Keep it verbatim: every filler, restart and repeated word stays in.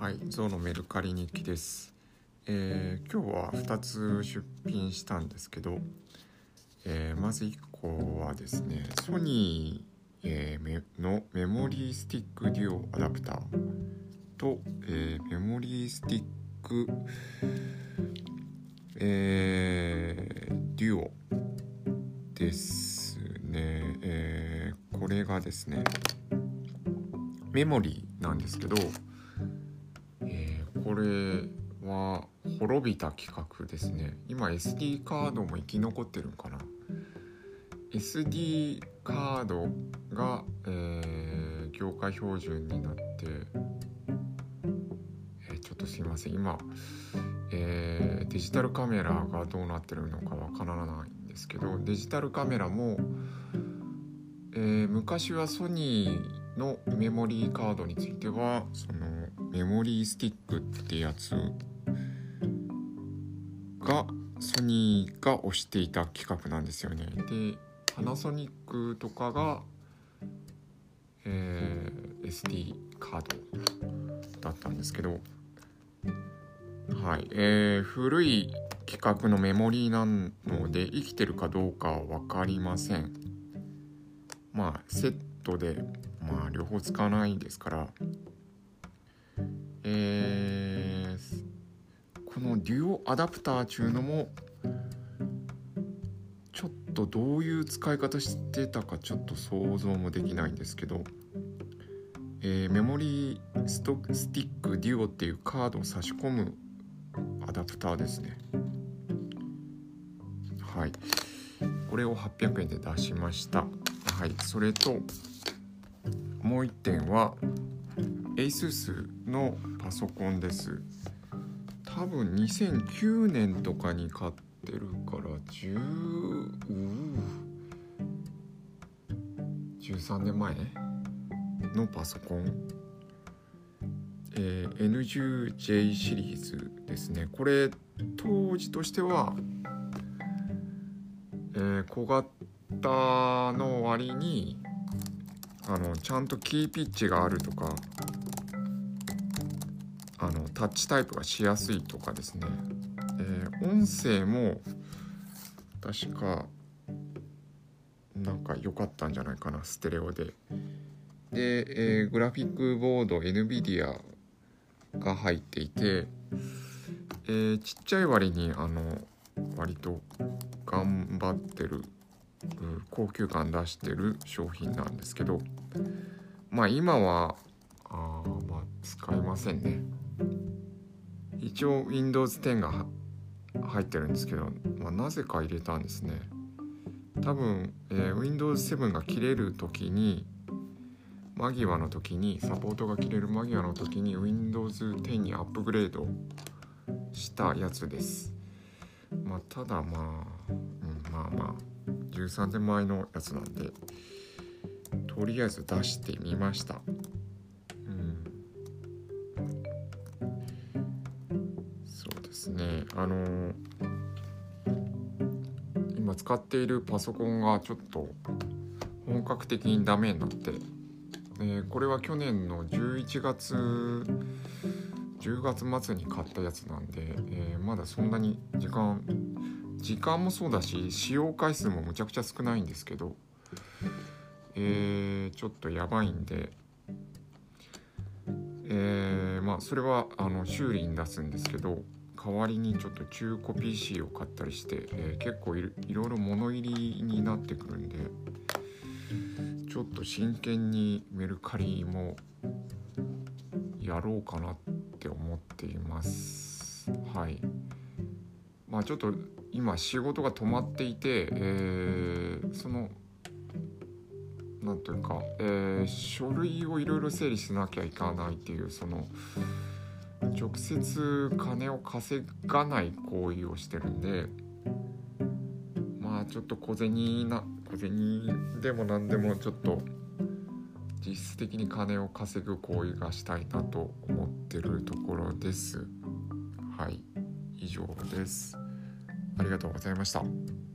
はい、ゾウのメルカリ日記です。えー、今日はふたつ出品したんですけど、えー、まずいっこはですね、ソニー、えー、のメモリースティックデュオアダプターと、えー、メモリースティック、えー、デュオですね、えー、これがですねメモリーなんですけど、えー、これは滅びた企画ですね。今 エスディー カードも生き残ってるのかな。 エスディー カードが、えー、業界標準になって、えー、ちょっとすいません今、えー、デジタルカメラがどうなってるのかわからないんですけど、デジタルカメラも、えー、昔はソニーのメモリーカードについてはそのメモリースティックってやつがソニーが推していた企画なんですよね。でパナソニックとかが、えー、エスディー カードだったんですけど、はい、えー、古い規格のメモリーなので生きてるかどうかは分かりません。まあセットで、まあ、両方使わないですから、えー、このデュオアダプターっていうのもちょっとどういう使い方してたかちょっと想像もできないんですけど、えー、メモリーストスティックデュオっていうカードを差し込むアダプターですね。はい、これをはっぴゃくえんで出しました。はい、それともういってんは ASUS のパソコンです。多分にせんきゅうねんとかに買ってるからじゅうじゅうさんねんまえのパソコン、えー、エヌじゅうジェイ シリーズですね。これ当時としては、えー、小型の割にあのちゃんとキーピッチがあるとか、あのタッチタイプがしやすいとかですね、えー、音声も確かなんか良かったんじゃないかな、ステレオで。で、えー、グラフィックボード エヌビディア が入っていて、えー、ちっちゃい割にあの割と頑張ってる、高級感出してる商品なんですけど、まあ今はあまあ使いませんね。一応 ウィンドウズテン が入ってるんですけど、まあ、なぜか入れたんですね。多分、えー、ウィンドウズセブン が切れる時に間際の時にサポートが切れる間際の時に ウィンドウズテン にアップグレードしたやつです。まあただまあ、うん、まあまあじゅうさんねんまえのやつなんでとりあえず出してみました。うん、そうですね。あのー、今使っているパソコンがちょっと本格的にダメになって、えー、これは去年のじゅういちがつじゅうがつ末に買ったやつなんで、えー、まだそんなに時間時間もそうだし使用回数もむちゃくちゃ少ないんですけど、えー、ちょっとやばいんで、えー、まあそれはあの修理に出すんですけど、代わりにちょっと中古 ピーシー を買ったりして、えー、結構いろいろ物入りになってくるんで、ちょっと真剣にメルカリもやろうかなって思っています。はい。まあちょっと今仕事が止まっていて、えー、そのなんというか、えー、書類をいろいろ整理しなきゃいかないっていう、その直接金を稼がない行為をしてるんで、まあちょっと小銭な小銭でも何でもちょっと実質的に金を稼ぐ行為がしたいなと思ってるところです。はい、以上です。ありがとうございました。